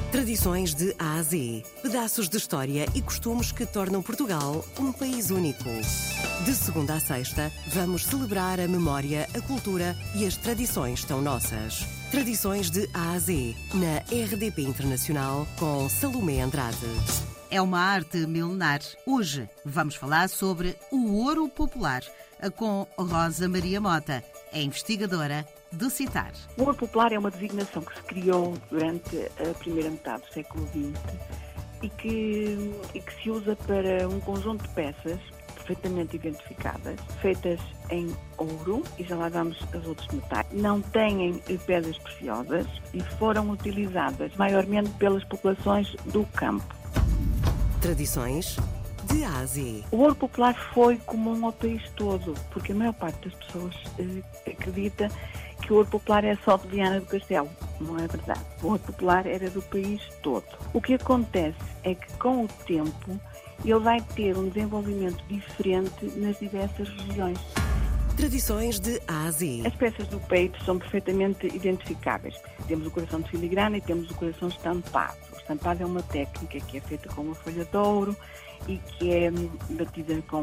Tradições de A a Z. Pedaços de história e costumes que tornam Portugal um país único. De segunda a sexta, vamos celebrar a memória, a cultura e as tradições tão nossas. Tradições de A a Z, na RDP Internacional, com Salomé Andrade. É uma arte milenar. Hoje vamos falar sobre o ouro popular, com Rosa Maria Mota, é investigadora do CITAR. O ouro popular é uma designação que se criou durante a primeira metade do século XX e que se usa para um conjunto de peças perfeitamente identificadas, feitas em ouro, e já lá vamos aos outros metais. Não têm pedras preciosas e foram utilizadas maiormente pelas populações do campo. Tradições de A a Z. O ouro popular foi comum ao país todo, porque a maior parte das pessoas acredita que o ouro popular é só de Viana do Castelo. Não é verdade. O ouro popular era do país todo. O que acontece é que, com o tempo, ele vai ter um desenvolvimento diferente nas diversas regiões. Tradições de A a Z. As peças do peito são perfeitamente identificáveis. Temos o coração de filigrana e temos o coração estampado. O estampado é uma técnica que é feita com uma folha de ouro e que é batida com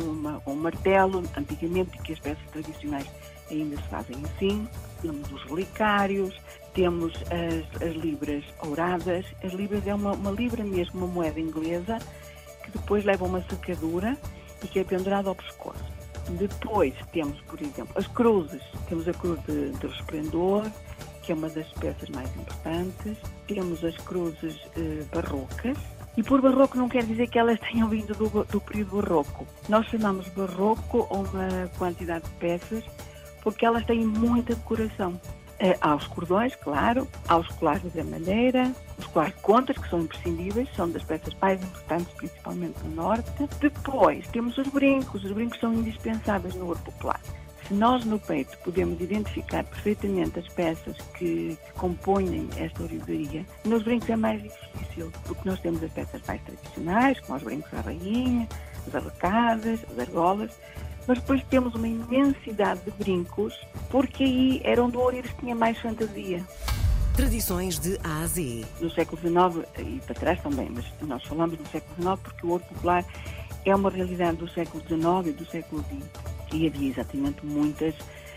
um martelo, antigamente, que as peças tradicionais ainda se fazem assim. Temos os relicários, temos as libras ouradas. As libras é uma libra mesmo, uma moeda inglesa, que depois leva uma secadura e que é pendurada ao pescoço. Depois temos, por exemplo, as cruzes. Temos a cruz de resplendor, que é uma das peças mais importantes. Temos as cruzes barrocas. E por barroco não quer dizer que elas tenham vindo do período barroco. Nós chamamos barroco a uma quantidade de peças porque elas têm muita decoração. Há os cordões, claro, há os colares da madeira, os colares de contas, que são imprescindíveis, são das peças mais importantes, principalmente no norte. Depois temos os brincos são indispensáveis no ouro popular. Se nós no peito podemos identificar perfeitamente as peças que compõem esta ouriveria, nos brincos é mais difícil, porque nós temos as peças mais tradicionais, como os brincos à rainha, as arlecadas, as argolas, mas depois temos uma imensidade de brincos, porque aí era onde o ourives tinha mais fantasia. Tradições de A a Z. No século XIX, e para trás também, mas nós falamos do século XIX porque o ouro popular é uma realidade do século XIX e do século XX. E havia exatamente muitas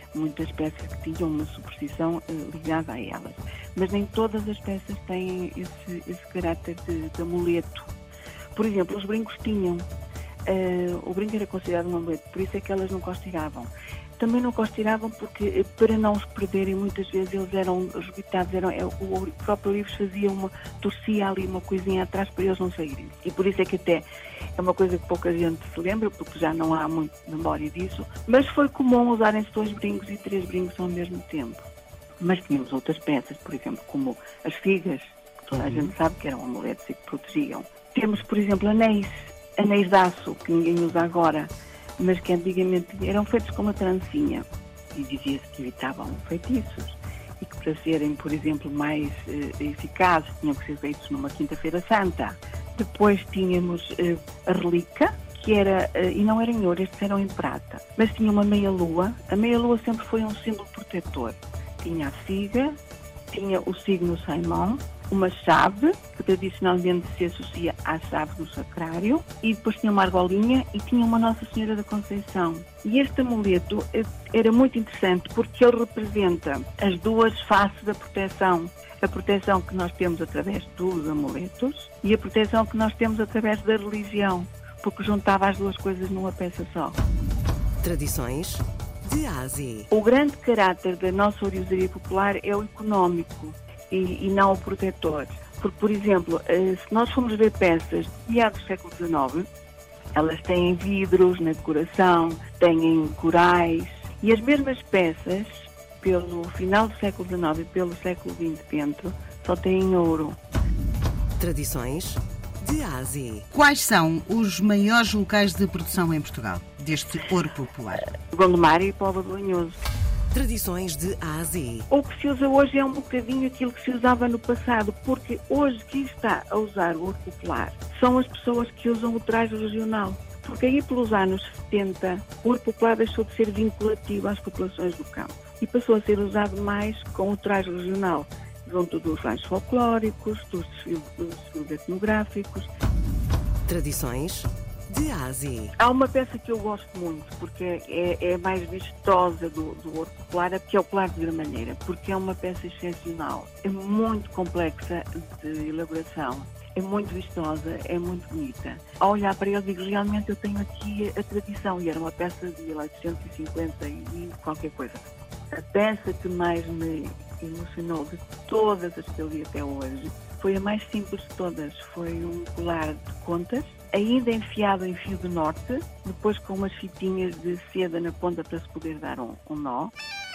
peças que tinham uma superstição ligada a elas. Mas nem todas as peças têm esse caráter de amuleto. Por exemplo, os brincos tinham. O brinco era considerado um amuleto, por isso é que elas nunca os tiravam. Também nunca os tiravam porque, para não os perderem, muitas vezes eles eram rebitados, o próprio ourives torcia ali uma coisinha atrás para eles não saírem. E por isso é que até é uma coisa que pouca gente se lembra, porque já não há muita memória disso, mas foi comum usarem-se 2 brincos e 3 brincos ao mesmo tempo. Mas tínhamos outras peças, por exemplo, como as figas, que toda a gente sabe que eram amuletos e que protegiam. Temos, por exemplo, anéis de aço, que ninguém usa agora, mas que antigamente eram feitos com uma trancinha e dizia-se que evitavam feitiços e que, para serem, por exemplo, mais eficazes, tinham que ser feitos numa quinta-feira santa. Depois tínhamos a relíquia, que era, e não era em ouro, estes eram em prata, mas tinha uma meia-lua. A meia-lua sempre foi um símbolo protetor. Tinha a figa, tinha o signo Saimão, uma chave, que tradicionalmente se associa à chave do sacrário, e depois tinha uma argolinha e tinha uma Nossa Senhora da Conceição. E este amuleto era muito interessante porque ele representa as duas faces da proteção. A proteção que nós temos através dos amuletos e a proteção que nós temos através da religião, porque juntava as duas coisas numa peça só. Tradições de A a Z. O grande caráter da nossa ourivesaria popular é o económico e não o protetor. Porque, por exemplo, se nós formos ver peças de meados do século XIX, elas têm vidros na decoração, têm corais, e as mesmas peças, pelo final do século XIX e pelo século XX dentro, só têm ouro. Tradições de A a Z. Quais são os maiores locais de produção em Portugal deste ouro popular? Gondomar e Póvoa de Lanhoso. Tradições de A a Z. O que se usa hoje é um bocadinho aquilo que se usava no passado, porque hoje quem está a usar o ouro popular são as pessoas que usam o traje regional. Porque aí pelos anos 70, o ouro popular deixou de ser vinculativo às populações do campo e passou a ser usado mais com o traje regional, junto dos bailes folclóricos, dos desfiles etnográficos. Tradições de Ásia. Há uma peça que eu gosto muito, porque é mais vistosa do ouro popular, que é o colar de gramalheira, porque é uma peça excepcional. É muito complexa de elaboração, é muito vistosa, é muito bonita. Ao olhar para ele, digo, realmente eu tenho aqui a tradição, e era uma peça de 1850 e qualquer coisa. A peça que mais me emocionou de todas as que eu vi até hoje foi a mais simples de todas. Foi um colar de contas, ainda enfiado em fio de norte, depois com umas fitinhas de seda na ponta para se poder dar um nó.